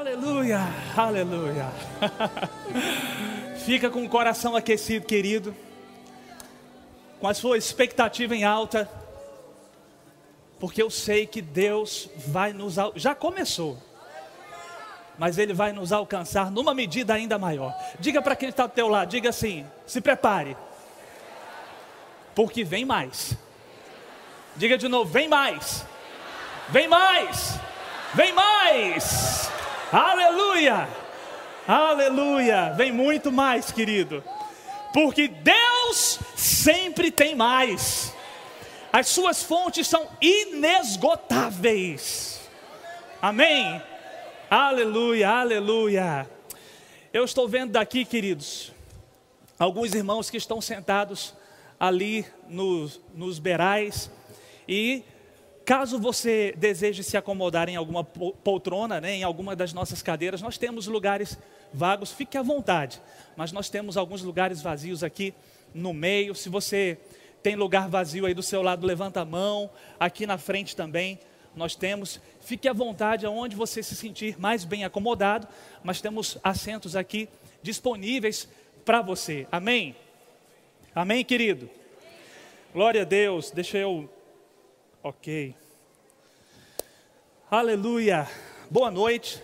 Aleluia, aleluia. Fica com o coração aquecido, querido, com a sua expectativa em alta, porque eu sei que Deus vai já começou, mas Ele vai nos alcançar numa medida ainda maior. Diga para quem está do teu lado, diga assim: se prepare, porque vem mais. Diga de novo: vem mais, vem mais, vem mais. Aleluia, aleluia. Vem muito mais, querido, porque Deus sempre tem mais. As suas fontes são inesgotáveis. Amém? Aleluia, aleluia. Eu estou vendo daqui, queridos, alguns irmãos que estão sentados ali nos beirais. E caso você deseje se acomodar em alguma poltrona, em alguma das nossas cadeiras, nós temos lugares vagos, fique à vontade. Mas nós temos alguns lugares vazios aqui no meio. Se você tem lugar vazio aí do seu lado, levanta a mão. Aqui na frente também nós temos. Fique à vontade aonde você se sentir mais bem acomodado. Mas temos assentos aqui disponíveis para você. Amém? Amém, querido? Glória a Deus. Deixa eu... Ok. Aleluia. Boa noite.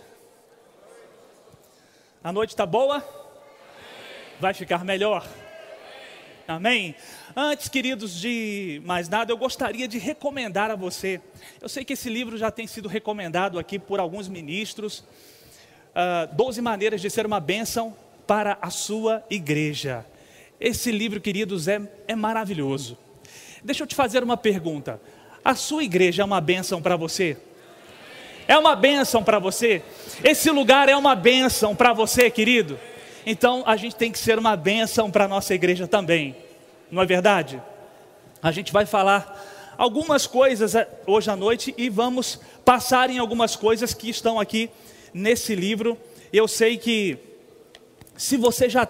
A noite está boa? Vai ficar melhor? Amém? Antes, queridos, de mais nada, eu gostaria de recomendar a você. Eu sei que esse livro já tem sido recomendado aqui por alguns ministros. 12 maneiras de ser uma bênção para a sua igreja. Esse livro, queridos, é maravilhoso. Deixa eu te fazer uma pergunta. A sua igreja é uma bênção para você? É uma bênção para você? Esse lugar é uma bênção para você, querido? Então a gente tem que ser uma bênção para a nossa igreja também, não é verdade? A gente vai falar algumas coisas hoje à noite e vamos passar em algumas coisas que estão aqui nesse livro. Eu sei que se você já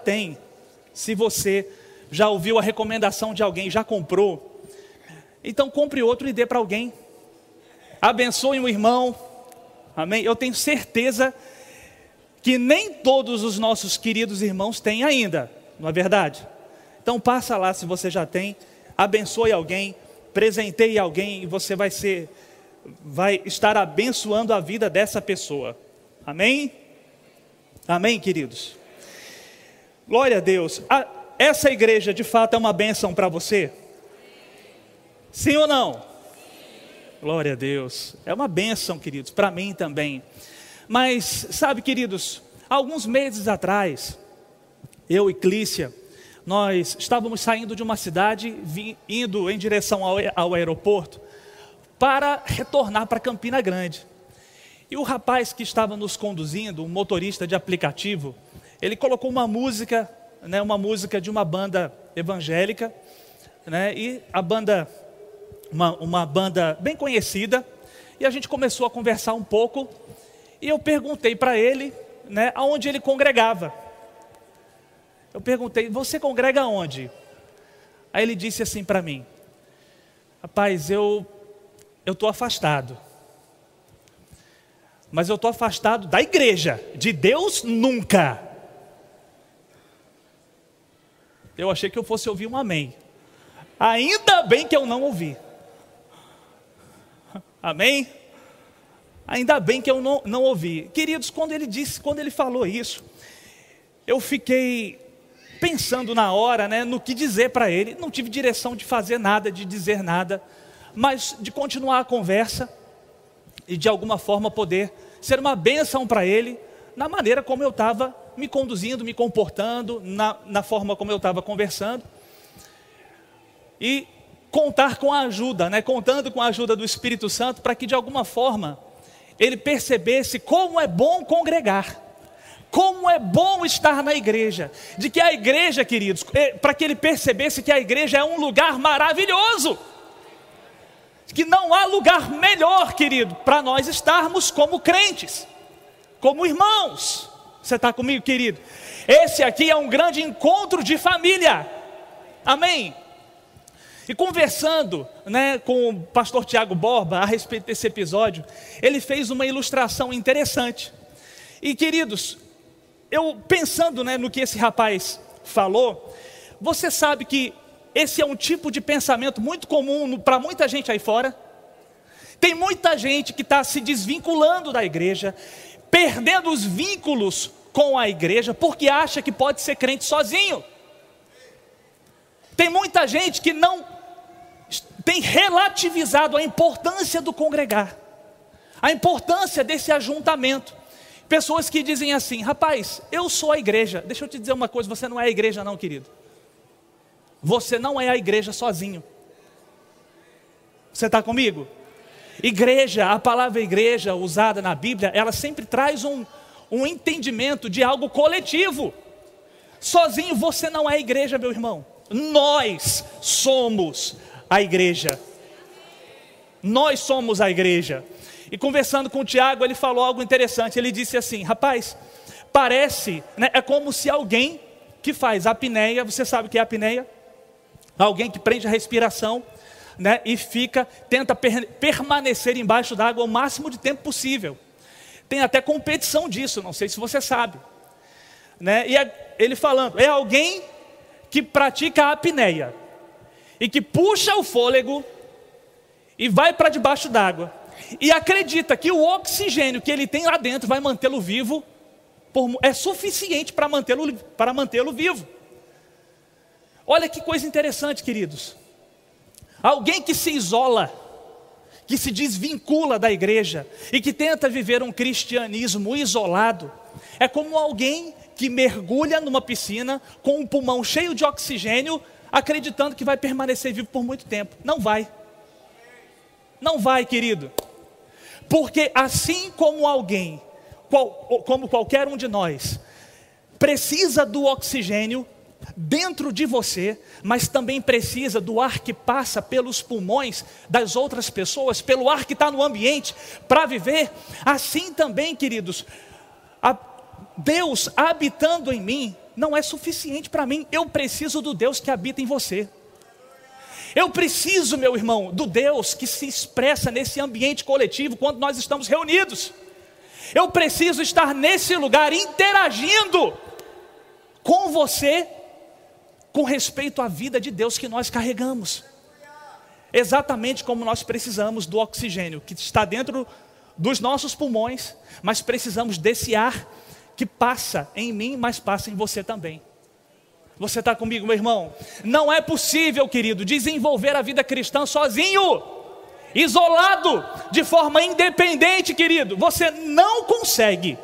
ouviu a recomendação de alguém, já comprou, então compre outro e dê para alguém. Abençoe um irmão. Amém? Eu tenho certeza que nem todos os nossos queridos irmãos têm ainda, não é verdade? Então passa lá se você já tem, abençoe alguém, presenteie alguém e você vai estar abençoando a vida dessa pessoa. Amém? Amém, queridos? Glória a Deus. Essa igreja de fato é uma bênção para você? Sim ou não? Sim. Glória a Deus. É uma bênção, queridos, para mim também. Mas, sabe, queridos, alguns meses atrás, eu e Clícia, nós estávamos saindo de uma cidade, indo em direção ao aeroporto, para retornar para Campina Grande. E o rapaz que estava nos conduzindo, um motorista de aplicativo, ele colocou uma música de uma banda evangélica, e a banda... Uma banda bem conhecida, e a gente começou a conversar um pouco, e eu perguntei para ele, aonde ele congregava. Eu perguntei: você congrega onde? Aí ele disse assim para mim: rapaz, eu estou afastado, mas eu estou afastado da igreja, de Deus nunca. Eu achei que eu fosse ouvir um amém. Ainda bem que eu não ouvi. Amém? Ainda bem que eu não ouvi. Queridos, quando ele falou isso, eu fiquei pensando na hora, no que dizer para ele. Não tive direção de fazer nada, de dizer nada, mas de continuar a conversa e de alguma forma poder ser uma bênção para ele, na maneira como eu estava me conduzindo, me comportando, na forma como eu estava conversando. E contar com a ajuda, contando com a ajuda do Espírito Santo, para que de alguma forma ele percebesse como é bom congregar, como é bom estar na igreja, de que a igreja, queridos, para que ele percebesse que a igreja é um lugar maravilhoso, que não há lugar melhor, querido, para nós estarmos como crentes, como irmãos. Você está comigo, querido? Esse aqui é um grande encontro de família. Amém? E conversando com o pastor Tiago Borba a respeito desse episódio, ele fez uma ilustração interessante. E queridos, eu pensando, no que esse rapaz falou, você sabe que esse é um tipo de pensamento muito comum para muita gente aí fora. Tem muita gente que está se desvinculando da igreja, perdendo os vínculos com a igreja, porque acha que pode ser crente sozinho. Tem muita gente que não tem relativizado a importância do congregar, a importância desse ajuntamento. Pessoas que dizem assim: rapaz, eu sou a igreja. Deixa eu te dizer uma coisa, você não é a igreja não, querido. Você não é a igreja sozinho. Você está comigo? Igreja, a palavra igreja usada na Bíblia, ela sempre traz um entendimento de algo coletivo. Sozinho você não é a igreja, meu irmão. Nós somos a igreja. Nós somos a igreja. E conversando com o Tiago, ele falou algo interessante. Ele disse assim: rapaz, parece, é como se alguém que faz apneia, você sabe o que é apneia? Alguém que prende a respiração, e tenta permanecer embaixo d'água o máximo de tempo possível. Tem até competição disso, não sei se você sabe. E ele falando, é alguém que pratica a apneia, e que puxa o fôlego, e vai para debaixo d'água, e acredita que o oxigênio que ele tem lá dentro vai mantê-lo vivo, é suficiente para mantê-lo vivo. Olha que coisa interessante, queridos. Alguém que se isola, que se desvincula da igreja e que tenta viver um cristianismo isolado, é como alguém que mergulha numa piscina com um pulmão cheio de oxigênio, acreditando que vai permanecer vivo por muito tempo. Não vai. Não vai, querido. Porque assim como alguém, como qualquer um de nós, precisa do oxigênio dentro de você, mas também precisa do ar que passa pelos pulmões das outras pessoas, pelo ar que está no ambiente, para viver. Assim também, queridos, Deus habitando em mim não é suficiente para mim. Eu preciso do Deus que habita em você. Eu preciso, meu irmão, do Deus que se expressa nesse ambiente coletivo quando nós estamos reunidos. Eu preciso estar nesse lugar interagindo com você com respeito à vida de Deus que nós carregamos. Exatamente como nós precisamos do oxigênio que está dentro dos nossos pulmões, mas precisamos desse ar que passa em mim, mas passa em você também. Você está comigo, meu irmão? Não é possível, querido, desenvolver a vida cristã sozinho, isolado, de forma independente, querido. Você não consegue.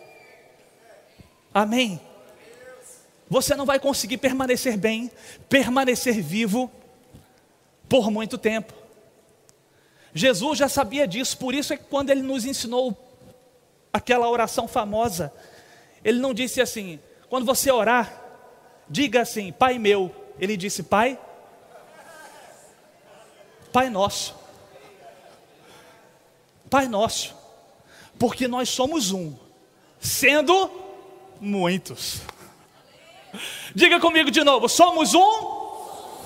Amém? Você não vai conseguir permanecer bem, permanecer vivo por muito tempo. Jesus já sabia disso, por isso é que quando ele nos ensinou aquela oração famosa, ele não disse assim, quando você orar, diga assim, Pai meu. Ele disse, Pai nosso. Pai nosso. Porque nós somos um, sendo muitos. Diga comigo de novo, somos um?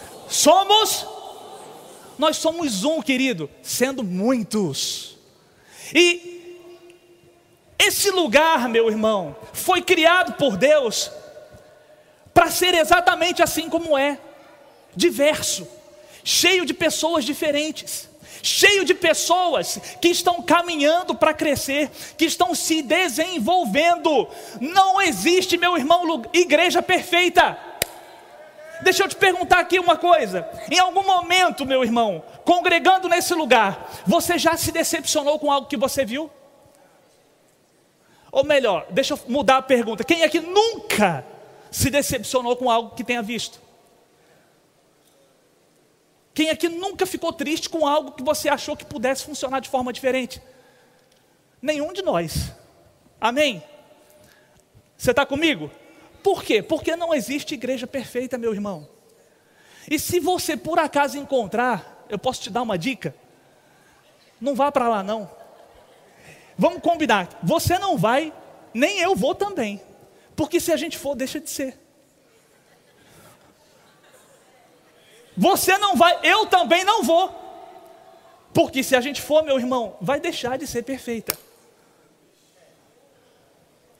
Nós somos um, querido, sendo muitos. E esse lugar, meu irmão, foi criado por Deus para ser exatamente assim como é, diverso, cheio de pessoas diferentes, cheio de pessoas que estão caminhando para crescer, que estão se desenvolvendo. Não existe, meu irmão, igreja perfeita. Deixa eu te perguntar aqui uma coisa, em algum momento, meu irmão, congregando nesse lugar, você já se decepcionou com algo que você viu? Ou melhor, deixa eu mudar a pergunta, quem é que nunca se decepcionou com algo que tenha visto? Quem aqui nunca ficou triste com algo que você achou que pudesse funcionar de forma diferente? Nenhum de nós. Amém? Você está comigo? Por quê? Porque não existe igreja perfeita, meu irmão. E se você por acaso encontrar, eu posso te dar uma dica? Não vá para lá não. Vamos combinar, você não vai, nem eu vou também. Porque se a gente for, deixa de ser. Você não vai, eu também não vou. Porque se a gente for, meu irmão, vai deixar de ser perfeita.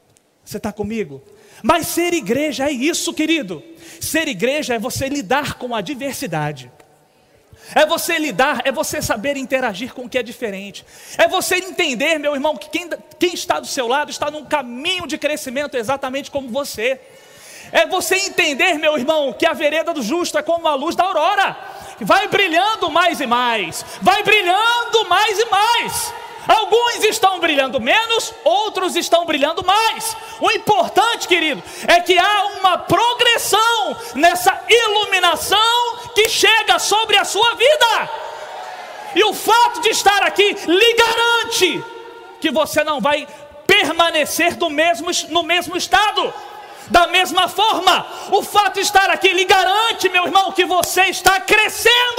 Você está comigo? Mas ser igreja é isso, querido. Ser igreja é você lidar com a diversidade. É você lidar, é você saber interagir com o que é diferente. É você entender, meu irmão, que quem está do seu lado está num caminho de crescimento exatamente como você. É você entender, meu irmão, que a vereda do justo é como a luz da aurora, que vai brilhando mais e mais, vai brilhando mais e mais. Alguns estão brilhando menos, outros estão brilhando mais. O importante, querido, é que há uma progressão nessa iluminação que chega sobre a sua vida. E o fato de estar aqui lhe garante que você não vai permanecer no mesmo estado, da mesma forma. O fato de estar aqui lhe garante, meu irmão, que você está crescendo.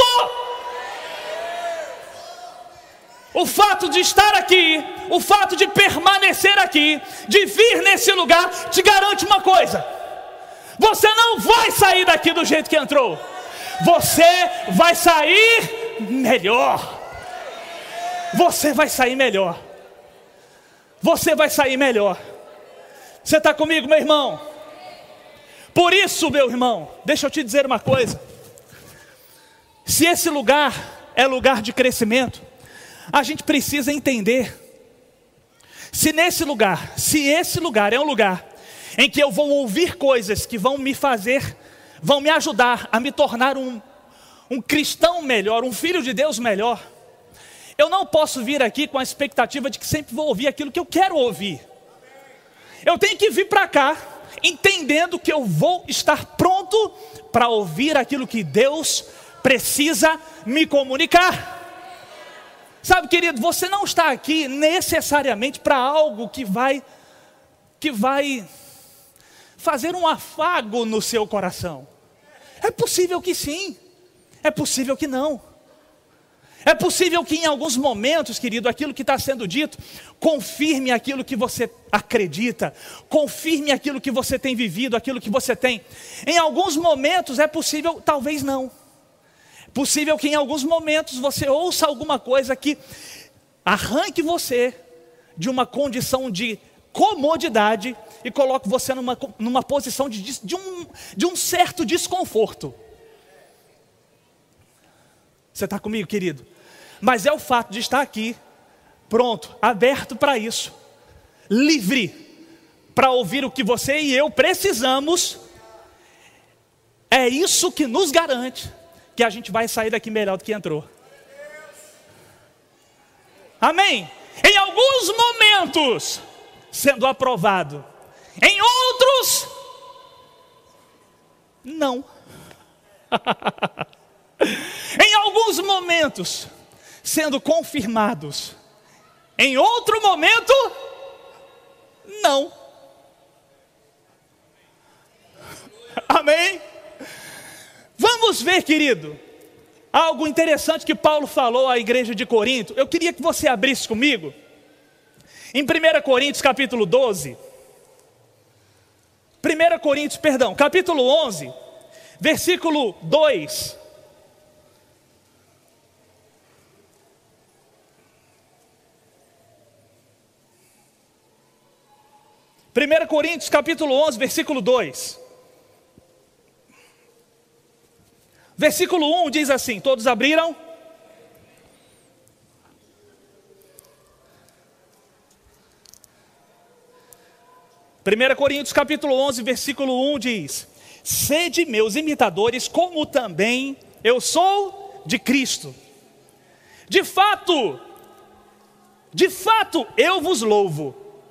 O fato de estar aqui, o fato de permanecer aqui, de vir nesse lugar, te garante uma coisa: você não vai sair daqui do jeito que entrou. Você vai sair melhor. Você vai sair melhor. Você vai sair melhor. Você está comigo, meu irmão? Por isso, meu irmão, deixa eu te dizer uma coisa. Se esse lugar é lugar de crescimento, a gente precisa entender, se esse lugar é um lugar em que eu vou ouvir coisas que vão me ajudar a me tornar um cristão melhor, um filho de Deus melhor, eu não posso vir aqui com a expectativa de que sempre vou ouvir aquilo que eu quero ouvir. Eu tenho que vir para cá, entendendo que eu vou estar pronto para ouvir aquilo que Deus precisa me comunicar. Sabe, querido, você não está aqui necessariamente para algo que vai fazer um afago no seu coração. É possível que sim, é possível que não. É possível que em alguns momentos, querido, aquilo que está sendo dito confirme aquilo que você acredita, confirme aquilo que você tem vivido, aquilo que você tem. Em alguns momentos é possível, talvez não. Possível que em alguns momentos você ouça alguma coisa que arranque você de uma condição de comodidade e coloque você numa posição de um certo desconforto. Você está comigo, querido? Mas é o fato de estar aqui, pronto, aberto para isso, livre para ouvir o que você e eu precisamos. É isso que nos garante que a gente vai sair daqui melhor do que entrou. Amém? Em alguns momentos, sendo aprovado. Em outros, não. Em alguns momentos, sendo confirmados. Em outro momento, não. Amém? Vamos ver, querido, algo interessante que Paulo falou à igreja de Corinto. Eu queria que você abrisse comigo em 1 Coríntios capítulo 12. Capítulo 11, versículo 2. Primeira Coríntios capítulo 11, versículo 2. Versículo 1 diz assim, todos abriram? Primeira Coríntios capítulo 11, versículo 1 diz: sede meus imitadores, como também eu sou de Cristo. De fato, eu vos louvo.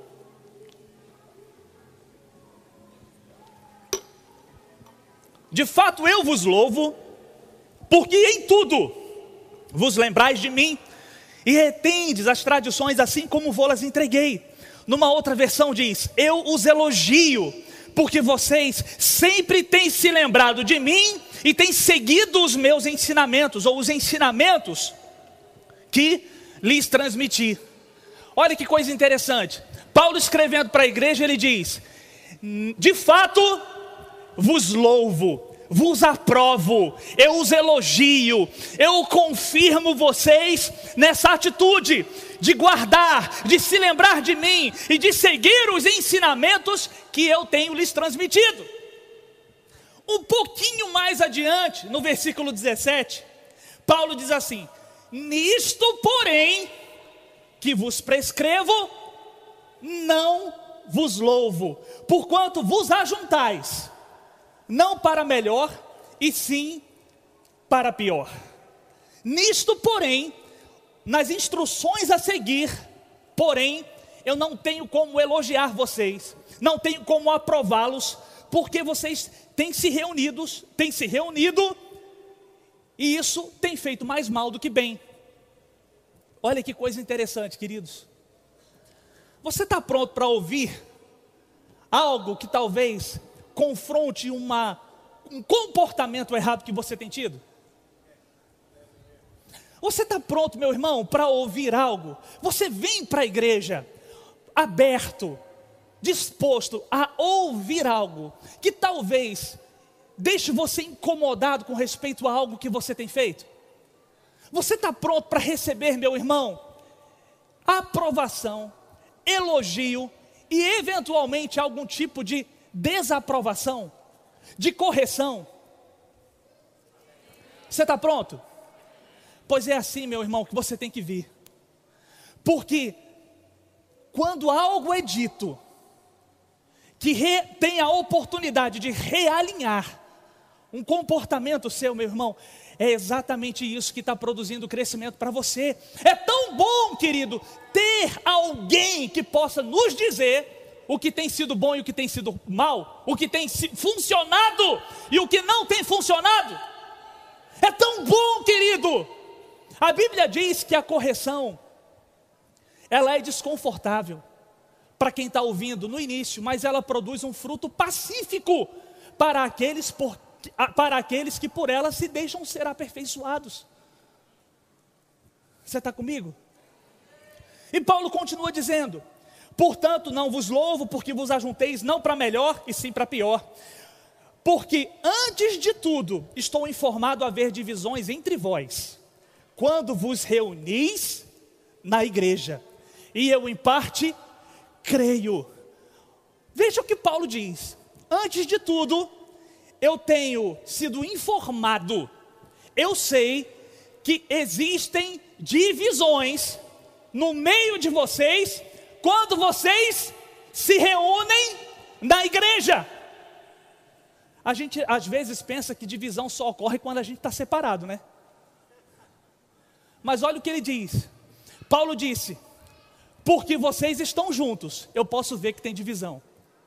De fato eu vos louvo, porque em tudo vos lembrais de mim e retendes as tradições assim como vou-las entreguei. Numa outra versão diz: eu os elogio, porque vocês sempre têm se lembrado de mim e têm seguido os meus ensinamentos, ou os ensinamentos que lhes transmiti. Olha que coisa interessante. Paulo escrevendo para a igreja, ele diz: de fato vos louvo, vos aprovo, eu os elogio, eu confirmo vocês nessa atitude de guardar, de se lembrar de mim e de seguir os ensinamentos que eu tenho lhes transmitido. Um pouquinho mais adiante, no versículo 17, Paulo diz assim: nisto, porém, que vos prescrevo, não vos louvo, porquanto vos ajuntais, não para melhor, e sim para pior. Nisto, porém, nas instruções a seguir, porém, eu não tenho como elogiar vocês, não tenho como aprová-los, porque vocês têm se reunido, e isso tem feito mais mal do que bem. Olha que coisa interessante, queridos. Você está pronto para ouvir algo que talvez confronte um comportamento errado que você tem tido? Você está pronto, meu irmão, para ouvir algo? Você vem para a igreja aberto, disposto a ouvir algo que talvez deixe você incomodado com respeito a algo que você tem feito? Você está pronto para receber, meu irmão, aprovação, elogio e eventualmente algum tipo de desaprovação, de correção? Você está pronto? Pois é assim, meu irmão, que você tem que vir. Porque quando algo é dito que tem a oportunidade de realinhar um comportamento seu, meu irmão, é exatamente isso que está produzindo crescimento para você. É tão bom, querido, ter alguém que possa nos dizer o que tem sido bom e o que tem sido mal, o que tem funcionado e o que não tem funcionado. É tão bom, querido. A Bíblia diz que a correção, ela é desconfortável para quem está ouvindo no início, mas ela produz um fruto pacífico para aqueles que por ela se deixam ser aperfeiçoados. Você está comigo? E Paulo continua dizendo: portanto não vos louvo porque vos ajunteis não para melhor e sim para pior, porque antes de tudo estou informado a haver divisões entre vós, quando vos reunis na igreja, e eu em parte creio. Veja o que Paulo diz: antes de tudo eu tenho sido informado, eu sei que existem divisões no meio de vocês, quando vocês se reúnem na igreja. A gente às vezes pensa que divisão só ocorre quando a gente está separado, né? Mas olha o que ele diz. Paulo disse: porque vocês estão juntos, eu posso ver que tem divisão.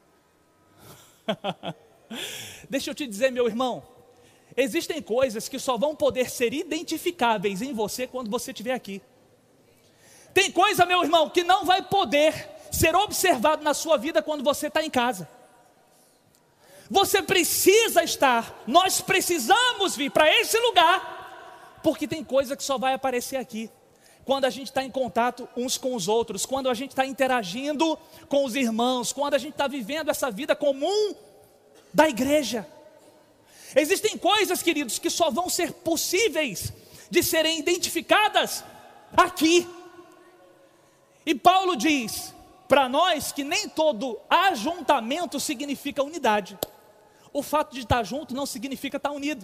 Deixa eu te dizer, meu irmão, existem coisas que só vão poder ser identificáveis em você quando você estiver aqui. Tem coisa, meu irmão, que não vai poder ser observado na sua vida quando você está em casa. Você precisa estar, nós precisamos vir para esse lugar, porque tem coisa que só vai aparecer aqui, quando a gente está em contato uns com os outros, quando a gente está interagindo com os irmãos, quando a gente está vivendo essa vida comum da igreja. Existem coisas, queridos, que só vão ser possíveis de serem identificadas aqui. E Paulo diz para nós que nem todo ajuntamento significa unidade. O fato de estar junto não significa estar unido.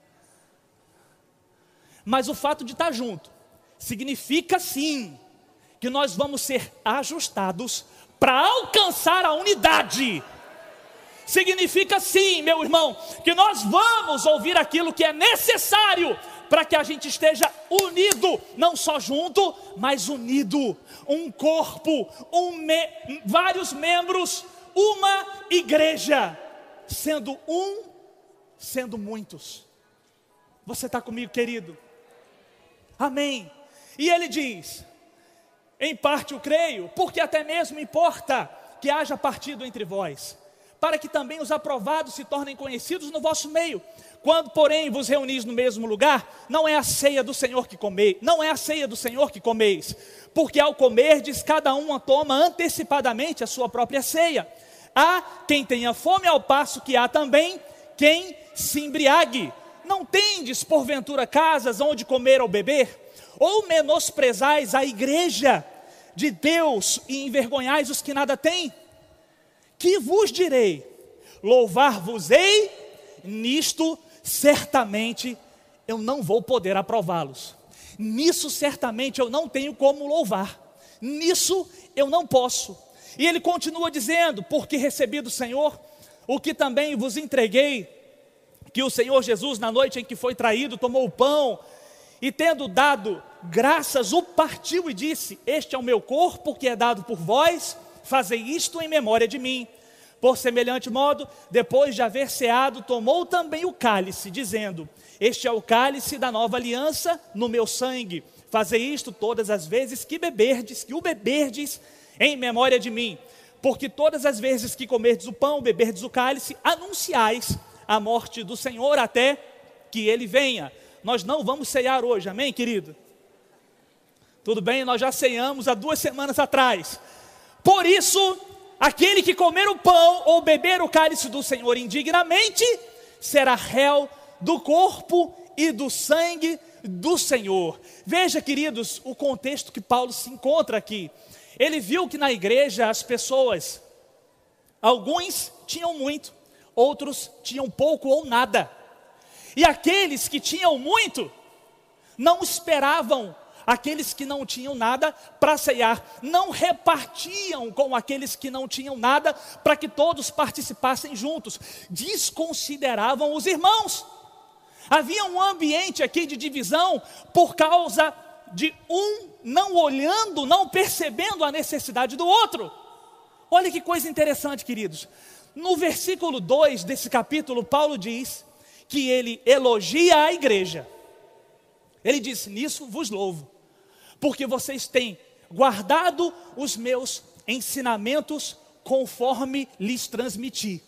Mas o fato de estar junto significa sim que nós vamos ser ajustados para alcançar a unidade. Significa sim, meu irmão, que nós vamos ouvir aquilo que é necessário para que a gente esteja unido, não só junto, mas unido, um corpo, vários membros, uma igreja, sendo um, sendo muitos. Você está comigo, querido? Amém. E ele diz: em parte eu creio, porque até mesmo importa que haja partido entre vós, para que também os aprovados se tornem conhecidos no vosso meio. Quando, porém, vos reunis no mesmo lugar, não é a ceia do Senhor que comeis, porque ao comerdes, cada um toma antecipadamente a sua própria ceia. Há quem tenha fome, ao passo que há também quem se embriague. Não tendes, porventura, casas onde comer ou beber? Ou menosprezais a igreja de Deus e envergonhais os que nada têm? Que vos direi? Louvar-vos-ei? Nisto certamente eu não vou poder aprová-los. Nisso certamente eu não tenho como louvar. Nisso eu não posso. E ele continua dizendo: porque recebi do Senhor o que também vos entreguei, que o Senhor Jesus, na noite em que foi traído, tomou o pão e, tendo dado graças, o partiu e disse: este é o meu corpo que é dado por vós, fazei isto em memória de mim. Por semelhante modo, depois de haver ceado, tomou também o cálice, dizendo: este é o cálice da nova aliança no meu sangue. Fazei isto todas as vezes que o beberdes em memória de mim. Porque todas as vezes que comerdes o pão, beberdes o cálice, anunciais a morte do Senhor até que Ele venha. Nós não vamos cear hoje, amém, querido? Tudo bem, nós já ceamos há 2 semanas atrás. Por isso, aquele que comer o pão ou beber o cálice do Senhor indignamente, será réu do corpo e do sangue do Senhor. Veja, queridos, o contexto que Paulo se encontra aqui. Ele viu que na igreja as pessoas, alguns tinham muito, outros tinham pouco ou nada. E aqueles que tinham muito, não esperavam aqueles que não tinham nada para ceiar, não repartiam com aqueles que não tinham nada, para que todos participassem juntos, desconsideravam os irmãos. Havia um ambiente aqui de divisão, por causa de um não olhando, não percebendo a necessidade do outro. Olha que coisa interessante, queridos. No versículo 2 desse capítulo, Paulo diz que ele elogia a igreja. Ele diz: nisso vos louvo, porque vocês têm guardado os meus ensinamentos conforme lhes transmiti.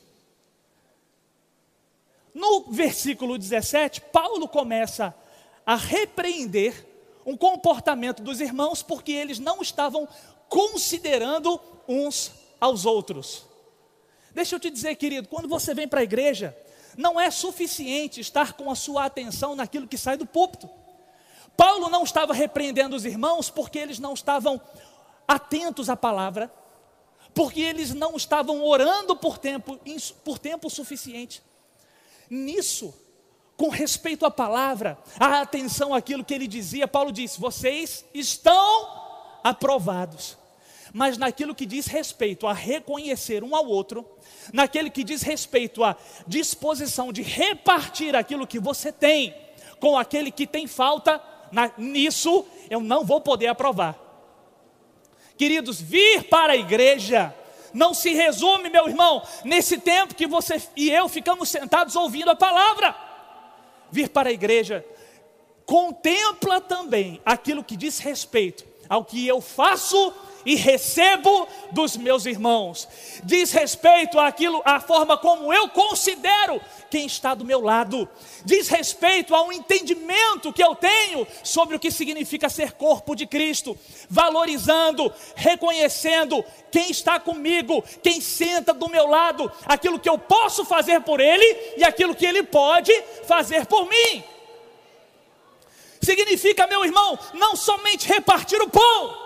No versículo 17, Paulo começa a repreender um comportamento dos irmãos, porque eles não estavam considerando uns aos outros. Deixa eu te dizer, querido, quando você vem para a igreja, não é suficiente estar com a sua atenção naquilo que sai do púlpito. Paulo não estava repreendendo os irmãos porque eles não estavam atentos à palavra, porque eles não estavam orando por tempo suficiente. Nisso, com respeito à palavra, a atenção àquilo que ele dizia, Paulo disse: vocês estão aprovados. Mas naquilo que diz respeito a reconhecer um ao outro, naquele que diz respeito à disposição de repartir aquilo que você tem com aquele que tem falta, nisso eu não vou poder aprovar. Queridos, vir para a igreja não se resume, meu irmão, nesse tempo que você e eu ficamos sentados ouvindo a palavra. Vir para a igreja contempla também aquilo que diz respeito ao que eu faço e recebo dos meus irmãos. Diz respeito à forma como eu considero quem está do meu lado. Diz respeito ao entendimento que eu tenho sobre o que significa ser corpo de Cristo, valorizando, reconhecendo quem está comigo, quem senta do meu lado, aquilo que eu posso fazer por ele e aquilo que ele pode fazer por mim. Significa, meu irmão, não somente repartir o pão,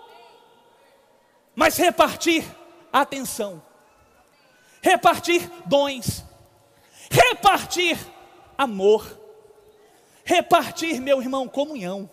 mas repartir atenção, repartir dons, repartir amor, repartir, meu irmão, comunhão.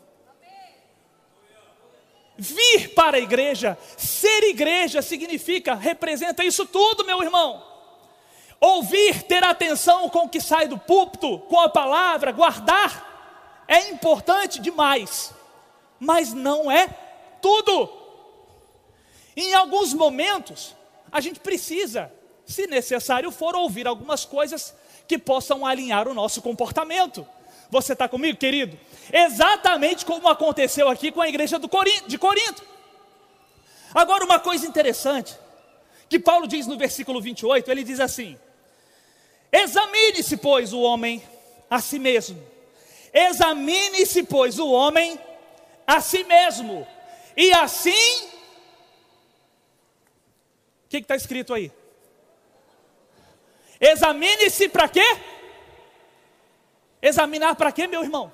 Vir para a igreja, ser igreja significa, representa isso tudo, meu irmão. Ouvir, ter atenção com o que sai do púlpito, com a palavra, guardar, é importante demais, mas não é tudo. Em alguns momentos, a gente precisa, se necessário for, ouvir algumas coisas que possam alinhar o nosso comportamento. Você está comigo, querido? Exatamente como aconteceu aqui com a igreja de Corinto. Agora, uma coisa interessante, que Paulo diz no versículo 28, ele diz assim: examine-se, pois, o homem a si mesmo. Examine-se, pois, o homem a si mesmo. E assim... O que está escrito aí? Examine-se para quê? Examinar para quê, meu irmão?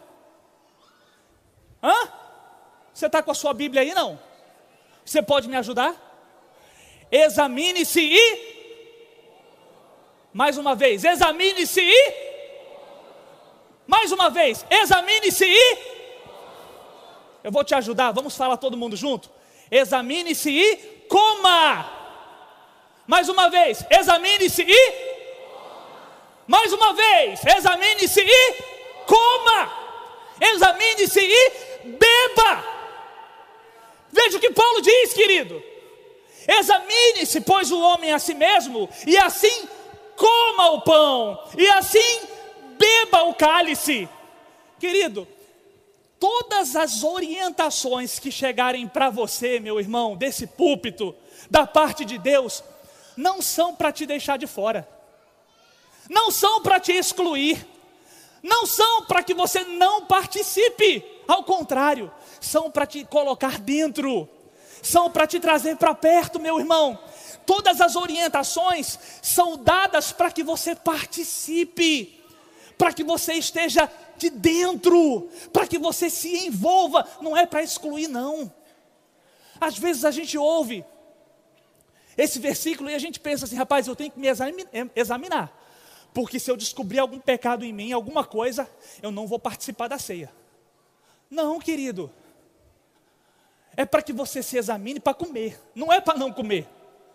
Você está com a sua Bíblia aí, não? Você pode me ajudar? Examine-se e... Mais uma vez, examine-se e... Mais uma vez, examine-se e... Eu vou te ajudar, vamos falar todo mundo junto? Examine-se e coma. Mais uma vez, examine-se e... Mais uma vez, examine-se e coma. Examine-se e beba. Veja o que Paulo diz, querido. Examine-se, pois, o homem a si mesmo, e assim coma o pão, e assim beba o cálice. Querido, todas as orientações que chegarem para você, meu irmão, desse púlpito, da parte de Deus, não são para te deixar de fora, não são para te excluir, não são para que você não participe, ao contrário, são para te colocar dentro, são para te trazer para perto, meu irmão. Todas as orientações são dadas para que você participe, para que você esteja de dentro, para que você se envolva, não é para excluir, não. Às vezes a gente ouve esse versículo e a gente pensa assim: rapaz, eu tenho que me examinar, porque se eu descobrir algum pecado em mim, alguma coisa, eu não vou participar da ceia. Não, querido, é para que você se examine para comer, não é para não comer.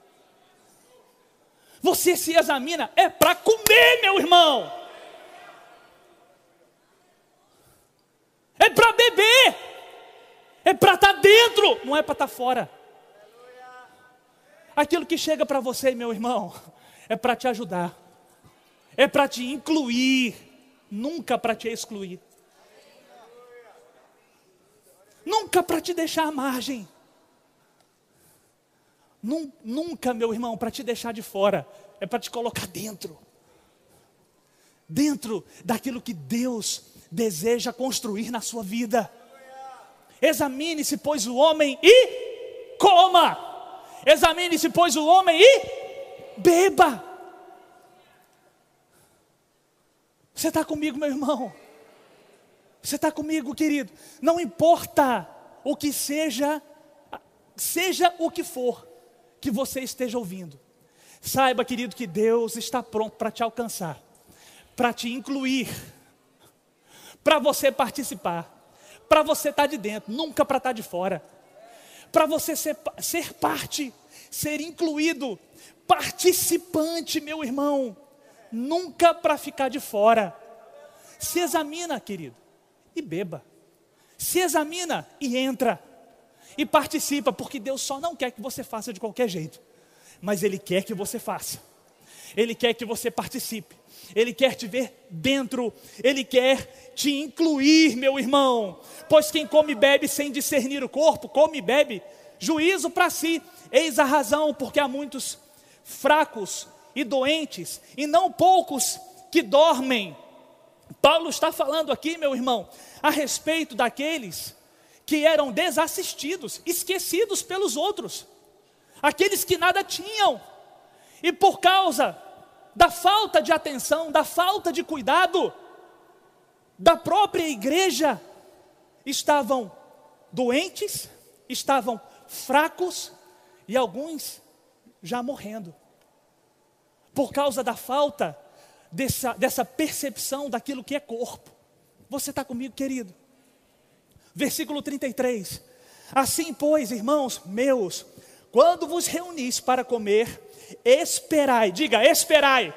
Você se examina, é para comer, meu irmão. É para beber, é para estar dentro, não é para estar fora. Aquilo que chega para você, meu irmão, é para te ajudar, é para te incluir, nunca para te excluir, nunca para te deixar à margem, nunca, meu irmão, para te deixar de fora, é para te colocar dentro daquilo que Deus deseja construir na sua vida. Examine-se, pois, o homem e coma. Examine-se, pois, o homem e beba. Você está comigo, meu irmão? Você está comigo, querido? Não importa o que seja o que for que você esteja ouvindo, saiba, querido, que Deus está pronto para te alcançar, para te incluir, para você participar, para você estar de dentro, nunca para estar de fora, para você ser parte, ser incluído, participante, meu irmão, nunca para ficar de fora. Se examina, querido, e beba, se examina e entra, e participa, porque Deus só não quer que você faça de qualquer jeito, mas Ele quer que você faça, Ele quer que você participe, Ele quer te ver dentro, Ele quer te incluir, meu irmão. Pois quem come e bebe sem discernir o corpo, come e bebe juízo para si. Eis a razão porque há muitos fracos e doentes, e não poucos que dormem. Paulo está falando aqui, meu irmão, a respeito daqueles que eram desassistidos, esquecidos pelos outros, aqueles que nada tinham, e por causa da falta de atenção, da falta de cuidado da própria igreja, estavam doentes, estavam fracos, e alguns já morrendo, por causa da falta dessa percepção daquilo que é corpo. Você está comigo, querido? Versículo 33, assim, pois, irmãos meus, quando vos reunis para comer, esperai, diga, esperai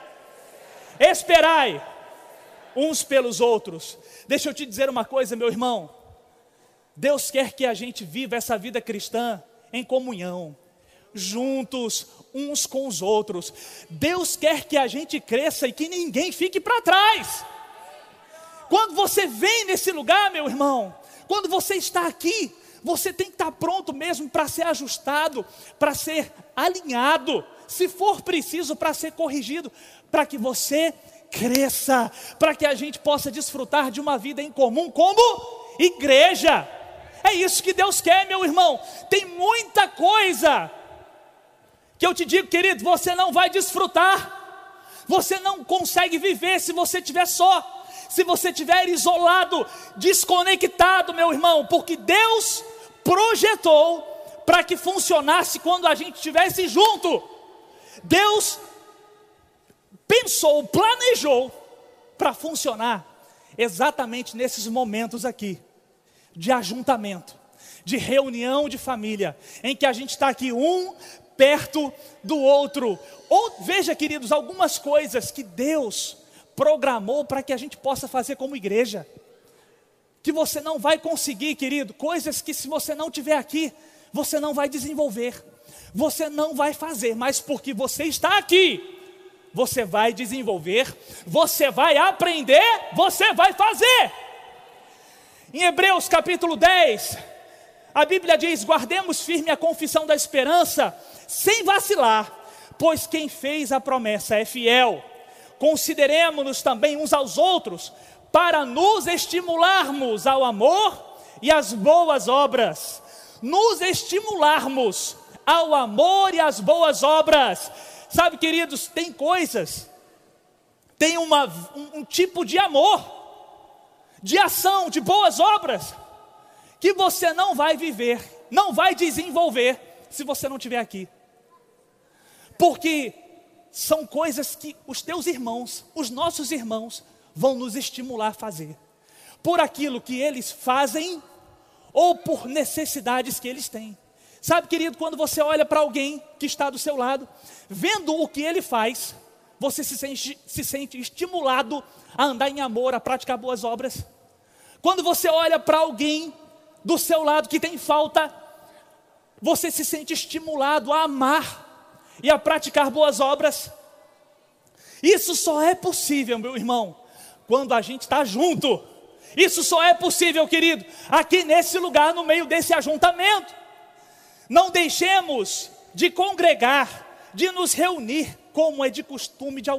uns pelos outros. Deixa eu te dizer uma coisa, meu irmão, Deus quer que a gente viva essa vida cristã em comunhão, juntos uns com os outros. Deus quer que a gente cresça e que ninguém fique para trás. Quando você vem nesse lugar, meu irmão, quando você está aqui, você tem que estar pronto mesmo para ser ajustado, para ser alinhado, se for preciso, para ser corrigido, para que você cresça, para que a gente possa desfrutar de uma vida em comum como igreja. É isso que Deus quer, meu irmão. Tem muita coisa que eu te digo, querido, você não vai desfrutar, você não consegue viver se você estiver só. se você estiver isolado, desconectado, meu irmão, porque Deus projetou para que funcionasse quando a gente estivesse junto. Deus pensou, planejou para funcionar exatamente nesses momentos aqui, de ajuntamento, de reunião de família, em que a gente está aqui um perto do outro. Ou, veja, queridos, algumas coisas que Deus programou para que a gente possa fazer como igreja, que você não vai conseguir, querido, coisas que se você não estiver aqui, você não vai desenvolver, você não vai fazer, mas porque você está aqui, você vai desenvolver, você vai aprender, você vai fazer. Em Hebreus capítulo 10, a Bíblia diz: guardemos firme a confissão da esperança, sem vacilar, pois quem fez a promessa é fiel. Consideremos-nos também uns aos outros, para nos estimularmos ao amor e às boas obras. Nos estimularmos ao amor e às boas obras. Sabe, queridos, tem coisas, tem um tipo de amor, de ação, de boas obras, que você não vai viver, não vai desenvolver, se você não estiver aqui. Porque são coisas que os teus irmãos, os nossos irmãos, vão nos estimular a fazer, por aquilo que eles fazem, ou por necessidades que eles têm. Sabe, querido, quando você olha para alguém que está do seu lado, vendo o que ele faz, você se sente estimulado a andar em amor, a praticar boas obras. Quando você olha para alguém do seu lado que tem falta, você se sente estimulado a amar e a praticar boas obras. Isso só é possível, meu irmão, quando a gente está junto. Isso só é possível, querido, aqui nesse lugar, no meio desse ajuntamento. Não deixemos de congregar, de nos reunir, como é costume de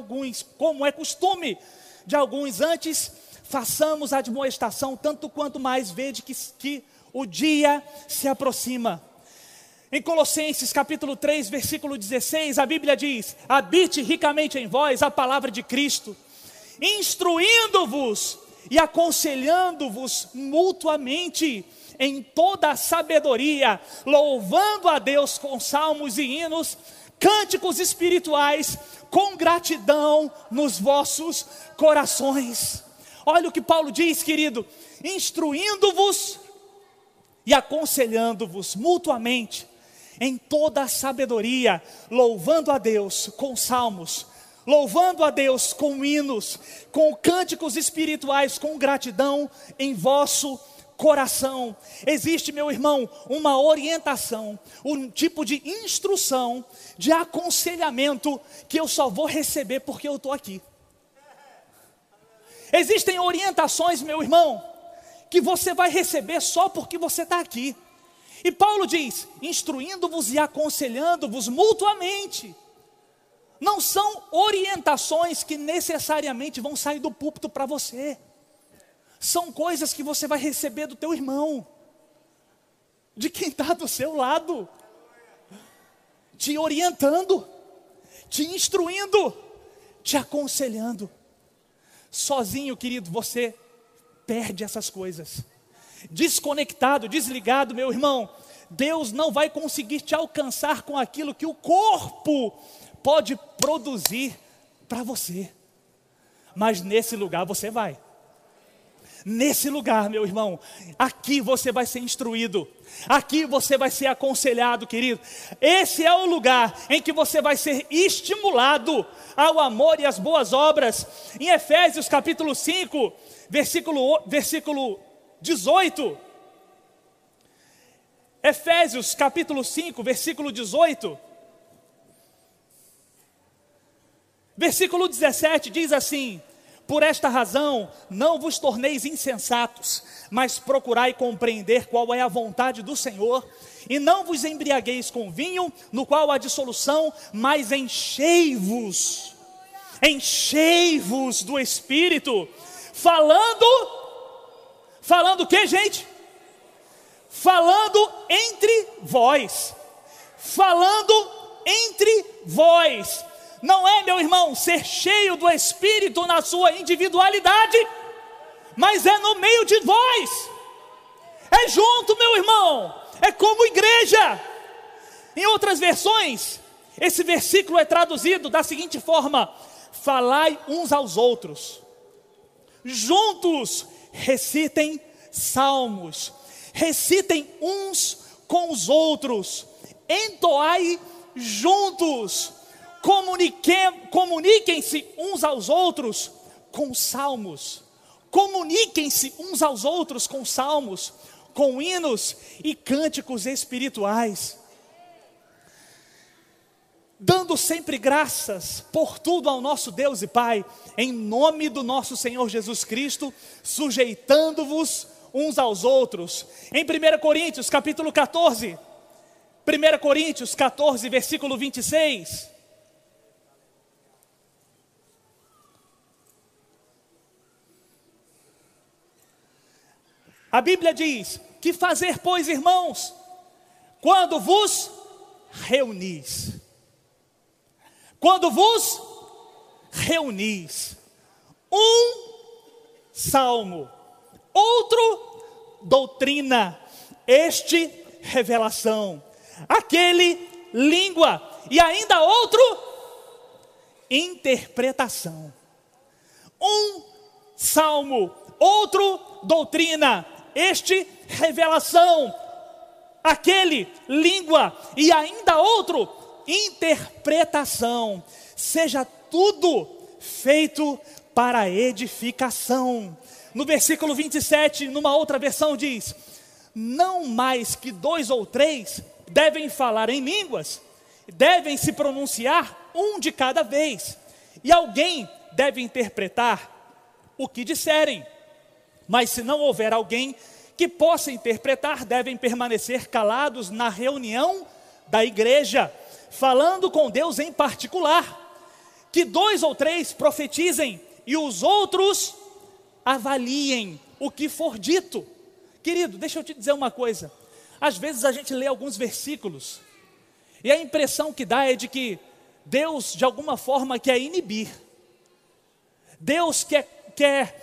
alguns. Antes, façamos a admoestação, tanto quanto mais vede que o dia se aproxima. Em Colossenses capítulo 3, versículo 16, a Bíblia diz: habite ricamente em vós a palavra de Cristo, instruindo-vos e aconselhando-vos mutuamente em toda a sabedoria, louvando a Deus com salmos e hinos, cânticos espirituais, com gratidão nos vossos corações. Olha o que Paulo diz, querido: instruindo-vos e aconselhando-vos mutuamente em toda a sabedoria, louvando a Deus com salmos, louvando a Deus com hinos, com cânticos espirituais, com gratidão em vosso coração. Existe, meu irmão, uma orientação, um tipo de instrução, de aconselhamento, que eu só vou receber porque eu estou aqui. Existem orientações, meu irmão, que você vai receber só porque você está aqui. E Paulo diz: instruindo-vos e aconselhando-vos mutuamente. Não são orientações que necessariamente vão sair do púlpito para você. São coisas que você vai receber do teu irmão, de quem está do seu lado, te orientando, te instruindo, te aconselhando. Sozinho, querido, você perde essas coisas. Desconectado, desligado, meu irmão, Deus não vai conseguir te alcançar com aquilo que o corpo pode produzir para você. Mas nesse lugar você vai. Nesse lugar, meu irmão, aqui você vai ser instruído, aqui você vai ser aconselhado, querido. Esse é o lugar em que você vai ser estimulado ao amor e às boas obras. Em Efésios capítulo 5, versículo 18. Efésios capítulo 5, versículo 18. Versículo 17 diz assim: por esta razão, não vos torneis insensatos, mas procurai compreender qual é a vontade do Senhor, e não vos embriagueis com vinho, no qual há dissolução, mas enchei-vos do Espírito, falando o que, gente? Falando entre vós, não é, meu irmão, ser cheio do Espírito na sua individualidade. mas é no meio de vós. É junto, meu irmão, é como igreja. Em outras versões, esse versículo é traduzido da seguinte forma: falai uns aos outros, juntos recitem salmos, recitem uns com os outros, entoai juntos, comuniquem-se uns aos outros com salmos, comuniquem-se uns aos outros com salmos, com hinos e cânticos espirituais, dando sempre graças por tudo ao nosso Deus e Pai, em nome do nosso Senhor Jesus Cristo, sujeitando-vos uns aos outros. Em 1 Coríntios capítulo 14, 1 Coríntios 14, versículo 26. A Bíblia diz: que fazer, pois, irmãos, quando vos reunis? Quando vos reunis, um salmo, outro doutrina, este revelação, aquele língua, e ainda outro interpretação. Um salmo, outro doutrina, este revelação, aquele língua, e ainda outro interpretação. Seja tudo feito para edificação. No versículo 27, numa outra versão diz: não mais que 2 ou 3 devem falar em línguas, devem se pronunciar um de cada vez, e alguém deve interpretar o que disserem. Mas se não houver alguém que possa interpretar, devem permanecer calados na reunião da igreja, falando com Deus em particular. Que 2 ou 3 profetizem e os outros avaliem o que for dito. Querido, deixa eu te dizer uma coisa. Às vezes a gente lê alguns versículos e a impressão que dá é de que Deus de alguma forma quer inibir. Deus quer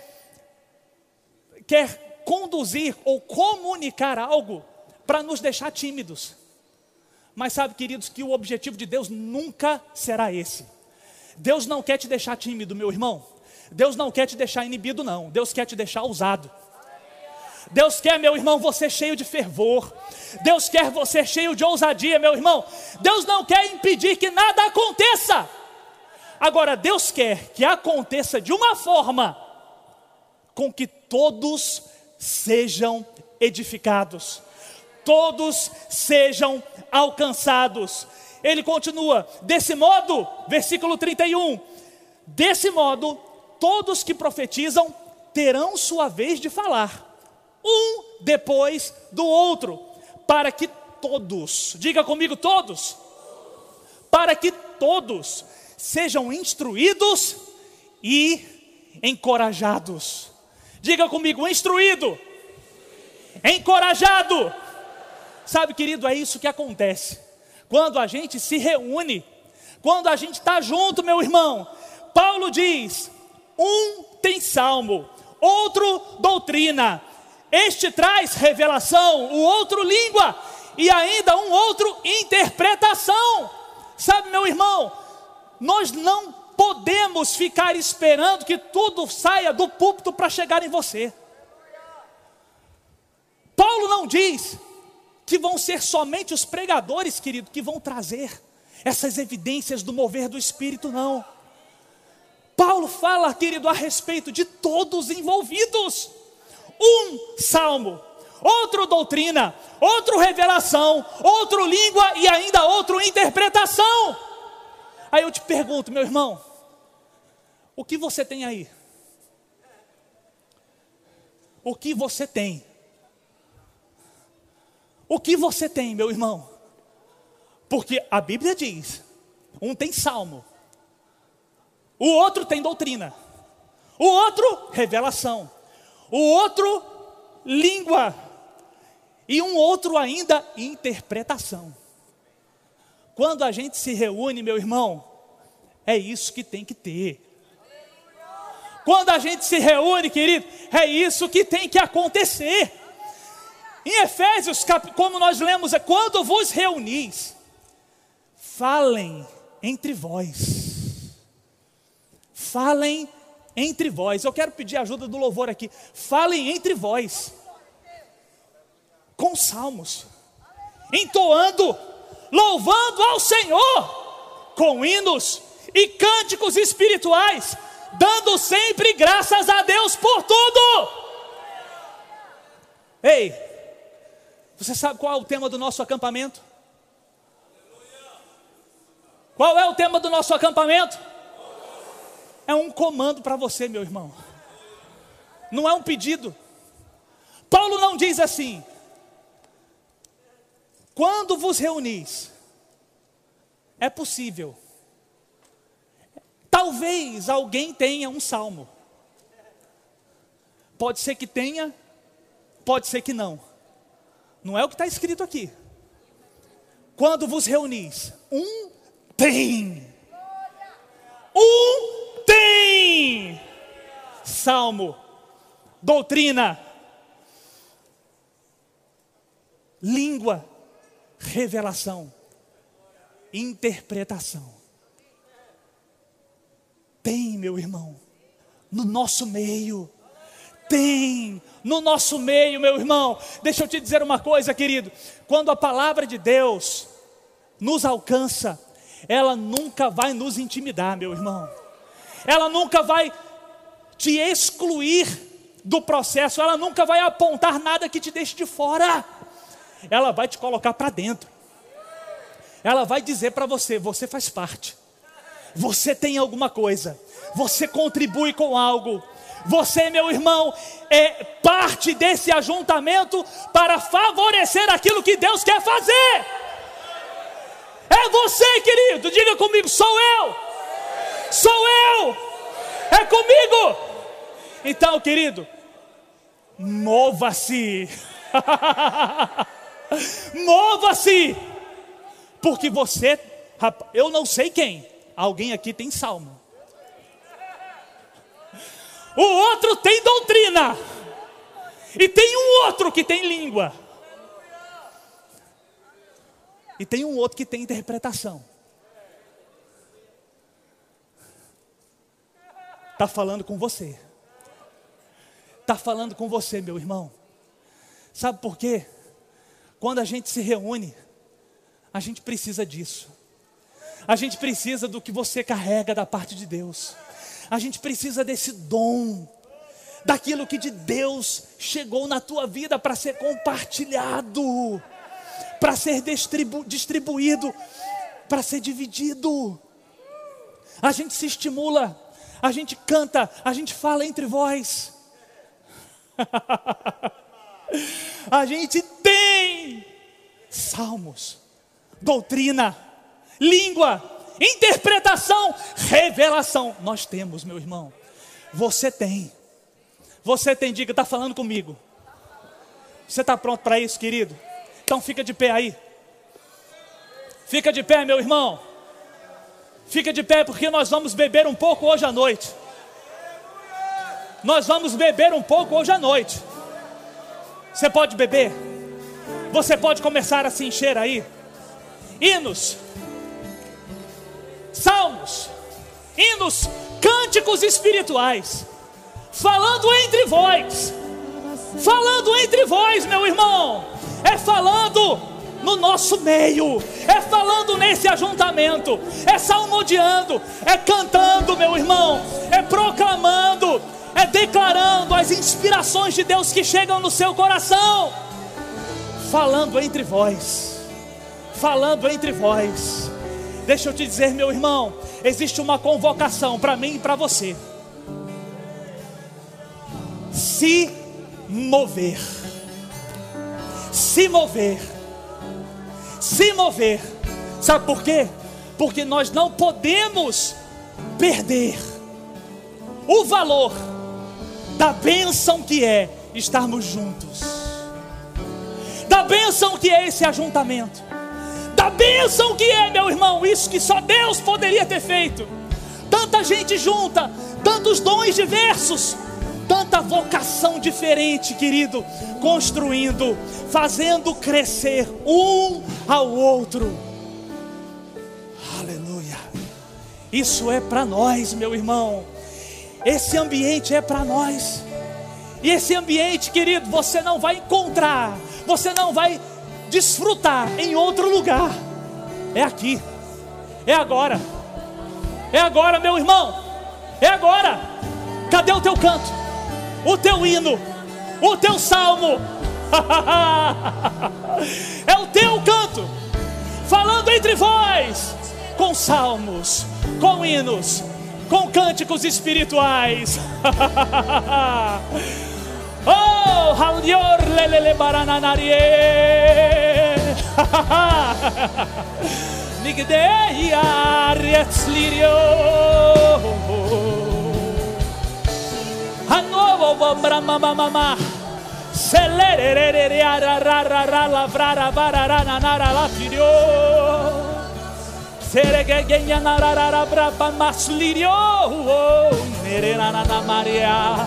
conduzir ou comunicar algo para nos deixar tímidos. Mas sabe, queridos, que o objetivo de Deus nunca será esse. Deus não quer te deixar tímido, meu irmão. Deus não quer te deixar inibido, não. Deus quer te deixar ousado. Deus quer, meu irmão, você cheio de fervor. Deus quer você cheio de ousadia, meu irmão. Deus não quer impedir que nada aconteça. Agora, Deus quer que aconteça de uma forma com que todos sejam edificados, todos sejam alcançados. Ele continua: desse modo, versículo 31, desse modo, todos que profetizam terão sua vez de falar, um depois do outro, para que todos, diga comigo, todos, para que todos sejam instruídos e encorajados. Diga comigo, instruído, encorajado. Sabe, querido, é isso que acontece quando a gente se reúne, quando a gente está junto, meu irmão. Paulo diz: um tem salmo, outro doutrina, este traz revelação, o outro língua, e ainda um outro interpretação. Sabe, meu irmão, nós não podemos ficar esperando que tudo saia do púlpito para chegar em você. Paulo não diz que vão ser somente os pregadores, querido, que vão trazer essas evidências do mover do Espírito, não. Paulo fala, querido, a respeito de todos envolvidos. Um salmo, outro doutrina, outro revelação, outro língua e ainda outro interpretação. Aí eu te pergunto, meu irmão, o que você tem aí? O que você tem? O que você tem, meu irmão? Porque a Bíblia diz: um tem salmo, o outro tem doutrina, o outro revelação, o outro língua e um outro ainda interpretação. Quando a gente se reúne, meu irmão, é isso que tem que ter. Quando a gente se reúne, querido, é isso que tem que acontecer. Em Efésios, como nós lemos, é quando vos reunis, falem entre vós. Falem entre vós. Eu quero pedir a ajuda do louvor aqui. Falem entre vós, com salmos, entoando, louvando ao Senhor, com hinos e cânticos espirituais, dando sempre graças a Deus por tudo. Ei, você sabe qual é o tema do nosso acampamento? Qual é o tema do nosso acampamento? É um comando para você, meu irmão. Não é um pedido. Paulo não diz assim: quando vos reunis. É possível. Talvez alguém tenha um salmo. Pode ser que tenha, pode ser que não. Não é o que está escrito aqui. Quando vos reunis, tem salmo, doutrina, língua, revelação, interpretação. Tem, meu irmão, no nosso meio. Tem no nosso meio, meu irmão. Deixa eu te dizer uma coisa, querido. Quando a palavra de Deus nos alcança, ela nunca vai nos intimidar, meu irmão. Ela nunca vai te excluir do processo. Ela nunca vai apontar nada que te deixe de fora. Ela vai te colocar para dentro. Ela vai dizer para você: você faz parte. Você tem alguma coisa. Você contribui com algo. Você, meu irmão, é parte desse ajuntamento para favorecer aquilo que Deus quer fazer. É você, querido. Diga comigo: sou eu. Sou eu. É comigo. Então, querido, mova-se. Mova-se. Porque você, eu não sei quem, alguém aqui tem salmo. O outro tem doutrina. E tem um outro que tem língua. E tem um outro que tem interpretação. Está falando com você. Está falando com você, meu irmão. Sabe por quê? Quando a gente se reúne, a gente precisa disso. A gente precisa do que você carrega da parte de Deus. A gente precisa desse dom, daquilo que de Deus chegou na tua vida para ser compartilhado, para ser distribuído, para ser dividido. A gente se estimula, a gente canta, a gente fala entre vós. A gente tem salmos, doutrina, língua, interpretação, revelação. Nós temos, meu irmão. Você tem. Você tem, diga, está falando comigo. Você está pronto para isso, querido? Então fica de pé aí. Fica de pé, meu irmão. Fica de pé, porque nós vamos beber um pouco hoje à noite. Nós vamos beber um pouco hoje à noite. Você pode beber? Você pode começar a se encher aí. Hinos, salmos, hinos, cânticos espirituais, falando entre vós, meu irmão. É falando no nosso meio, é falando nesse ajuntamento, é salmodiando, é cantando, meu irmão, é proclamando, é declarando as inspirações de Deus que chegam no seu coração. Falando entre vós, falando entre vós. Deixa eu te dizer, meu irmão, existe uma convocação para mim e para você. Se mover. Se mover. Se mover. Sabe por quê? Porque nós não podemos perder o valor da bênção que é estarmos juntos, da bênção que é esse ajuntamento, da bênção que é, meu irmão, isso que só Deus poderia ter feito. Tanta tanta gente junta, tantos dons diversos, tanta vocação diferente, querido, construindo, fazendo crescer um ao outro. Aleluia. Isso é para nós, meu irmão. Esse ambiente é para nós. E esse ambiente, querido, você não vai encontrar, você não vai desfrutar em outro lugar. É aqui, é agora, meu irmão, é agora. Cadê o teu canto, o teu hino, o teu salmo? É o teu canto, falando entre vós, com salmos, com hinos, com cânticos espirituais. Oh, halior lelele barananarie. Nigdeia rietzlirio. Hanovo brama mama. Celerere ararara lavrara varara nara lafirio. Seregegenya narara brapa maslirio. Nerena na Maria.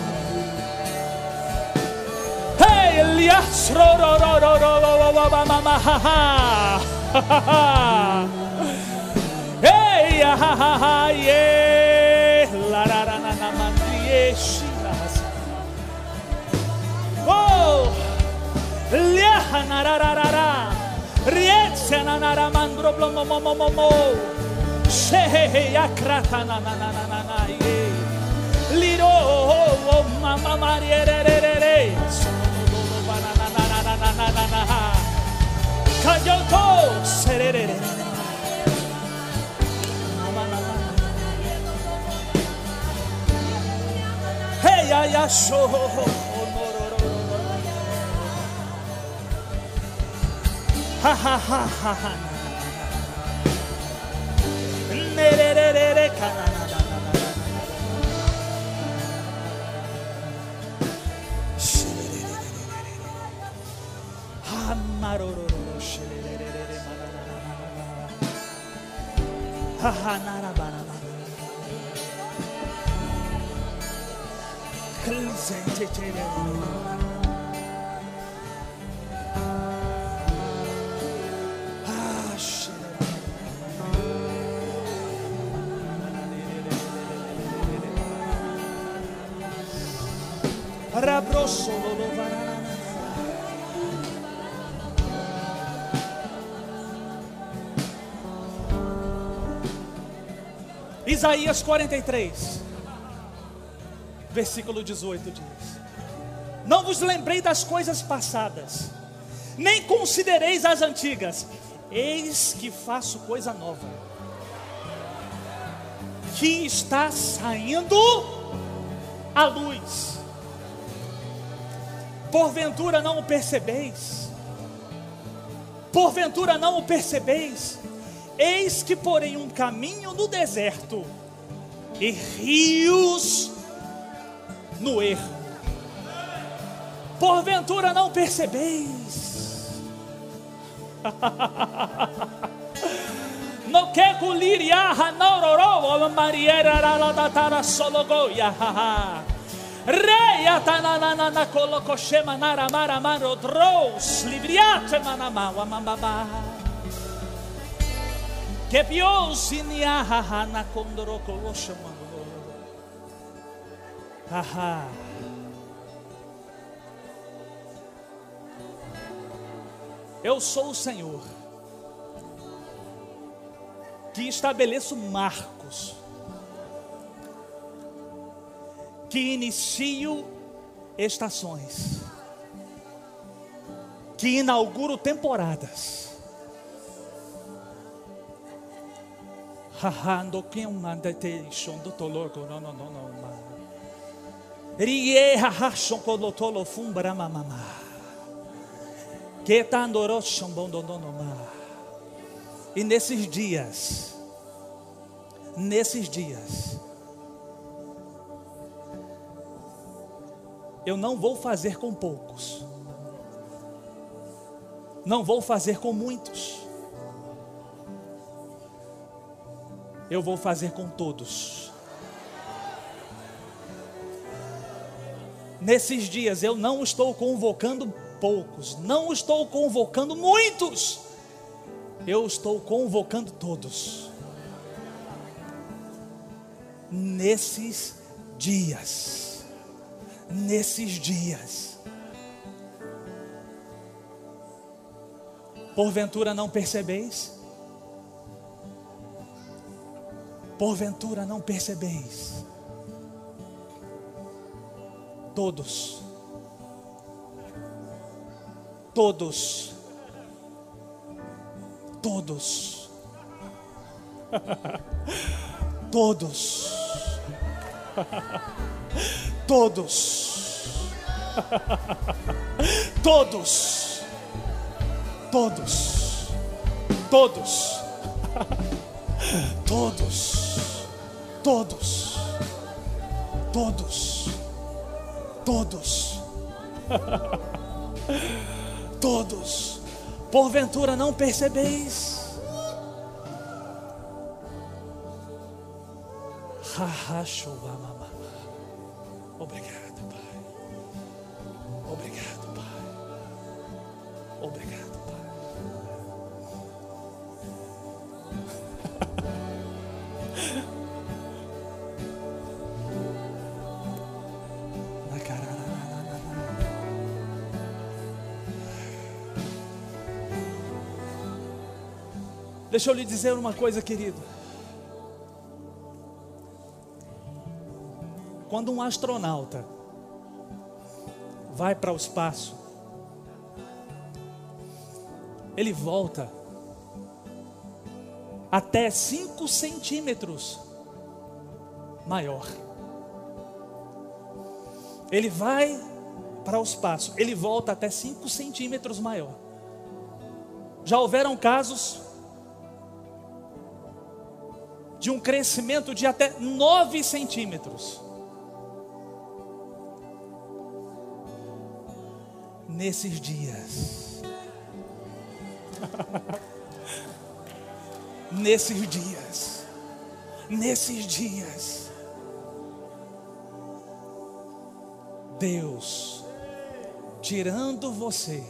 Hey, Elias, ro ro ro ro ro ro ro mama ha ha. Hey, ha ha ha yeah. La ra ra na na mandrie shinas. Oh, Eliah na ra ra ra ra. Rietze na na ra mandro blo mo mo mo mo mo. She akrata na na na na na na yeah. Liro oh mama Maria re re re re. Canyoto serere. Hey ya ya show. Ha ha ha ha ha. Nerere kana. Isaías 43, versículo 18 diz: não vos lembrei das coisas passadas, nem considereis as antigas. Eis que faço coisa nova, que está saindo à luz. Porventura não o percebeis? Porventura não o percebeis? Eis que porém um caminho no deserto e rios no erro. Porventura não percebeis? No que culiria hanororo mariera ralatara sologoya. Reia tanana na colocochema naramara marodros livriate manamawa mamaba. Que piose niaha na condoroco chamando. Haha. Eu sou o Senhor que estabeleço marcos, que inicio estações, que inauguro temporadas. Hahando que manda te shondo tolorgo no. Rie hahashon kolotolo fumbra mama. Que tandoro shombondo no. E nesses dias, eu não vou fazer com poucos, não vou fazer com muitos, eu vou fazer com todos. Nesses dias eu não estou convocando poucos, não estou convocando muitos, eu estou convocando todos. Nesses dias, porventura não percebeis? Porventura não percebeis? Todos, todos, todos, todos, todos, todos, todos, todos, todos, todos, todos, todos, todos, porventura não percebeis? Obrigado, Pai. Obrigado, Pai. Obrigado, Pai. Deixa eu lhe dizer uma coisa, querido. Quando um astronauta vai para o espaço, ele volta até 5 centímetros maior. Ele vai para o espaço, ele volta até 5 centímetros maior. Já houveram casos de um crescimento de até 9 centímetros. Nesses dias, nesses dias, Deus tirando você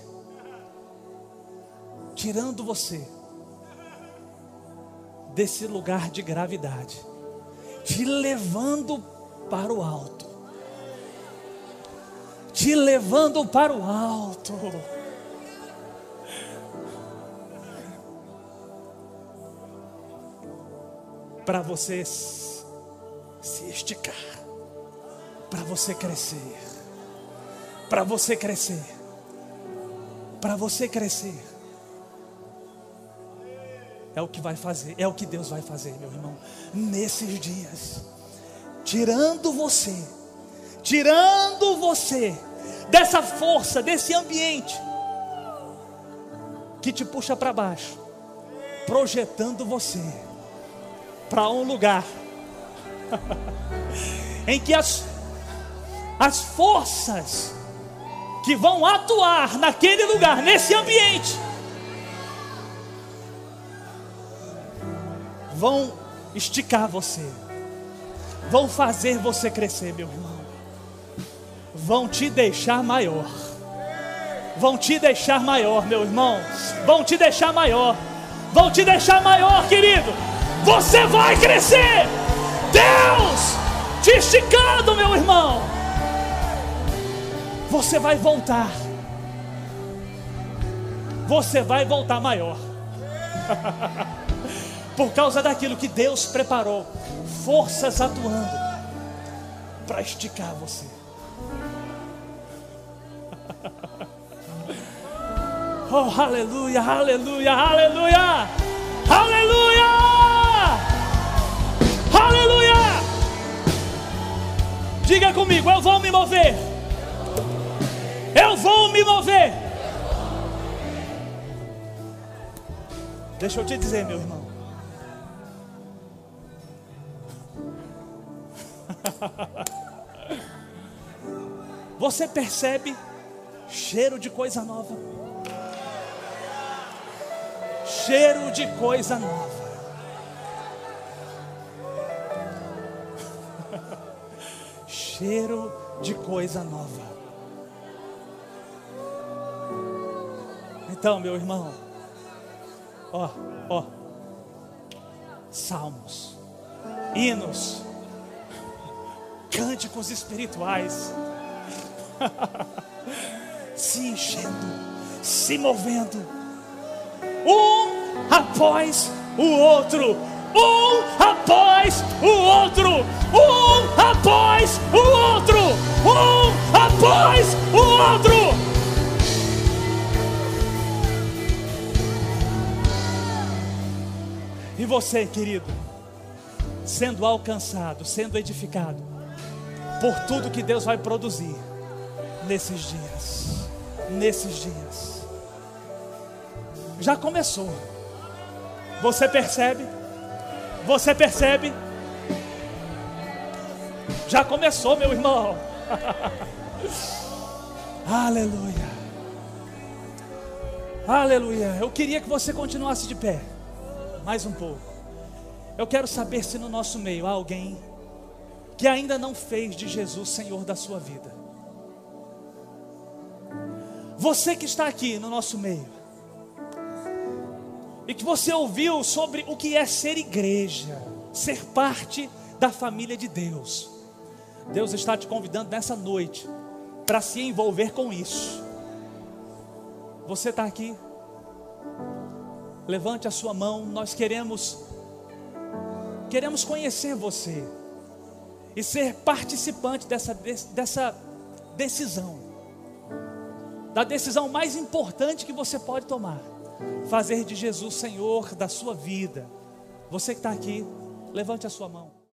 desse lugar de gravidade, te levando para o alto, te levando para o alto. Para você se esticar, para você crescer, para você crescer, para você crescer. É o que vai fazer, é o que Deus vai fazer, meu irmão, nesses dias, tirando você dessa força, desse ambiente que te puxa para baixo, projetando você para um lugar em que as forças que vão atuar naquele lugar, nesse ambiente, vão esticar você, vão fazer você crescer, meu irmão, vão te deixar maior, meu irmão, vão te deixar maior, querido. Você vai crescer, Deus te esticando, meu irmão. Você vai voltar maior. Por causa daquilo que Deus preparou, forças atuando para esticar você. Oh, aleluia, aleluia, aleluia, aleluia, aleluia. Diga comigo, eu vou me mover. Eu vou me mover. Deixa eu te dizer, meu irmão, você percebe cheiro de coisa nova? Cheiro de coisa nova. Cheiro de coisa nova. Então, meu irmão, salmos, hinos, cânticos espirituais, se enchendo, se movendo, um após o outro, um após o outro, um após o outro, um após o outro. E você, querido, sendo alcançado, sendo edificado por tudo que Deus vai produzir nesses dias. Já começou. Você percebe? Você percebe? Já começou, meu irmão. Aleluia. Aleluia. Eu queria que você continuasse de pé mais um pouco. Eu quero saber se no nosso meio há alguém que ainda não fez de Jesus Senhor da sua vida. Você que está aqui no nosso meio e que você ouviu sobre o que é ser igreja, ser parte da família de Deus. Deus está te convidando nessa noite para se envolver com isso. Você está aqui? Levante a sua mão. Nós queremos conhecer você e ser participante dessa decisão, da decisão mais importante que você pode tomar: fazer de Jesus Senhor da sua vida. Você que está aqui, levante a sua mão.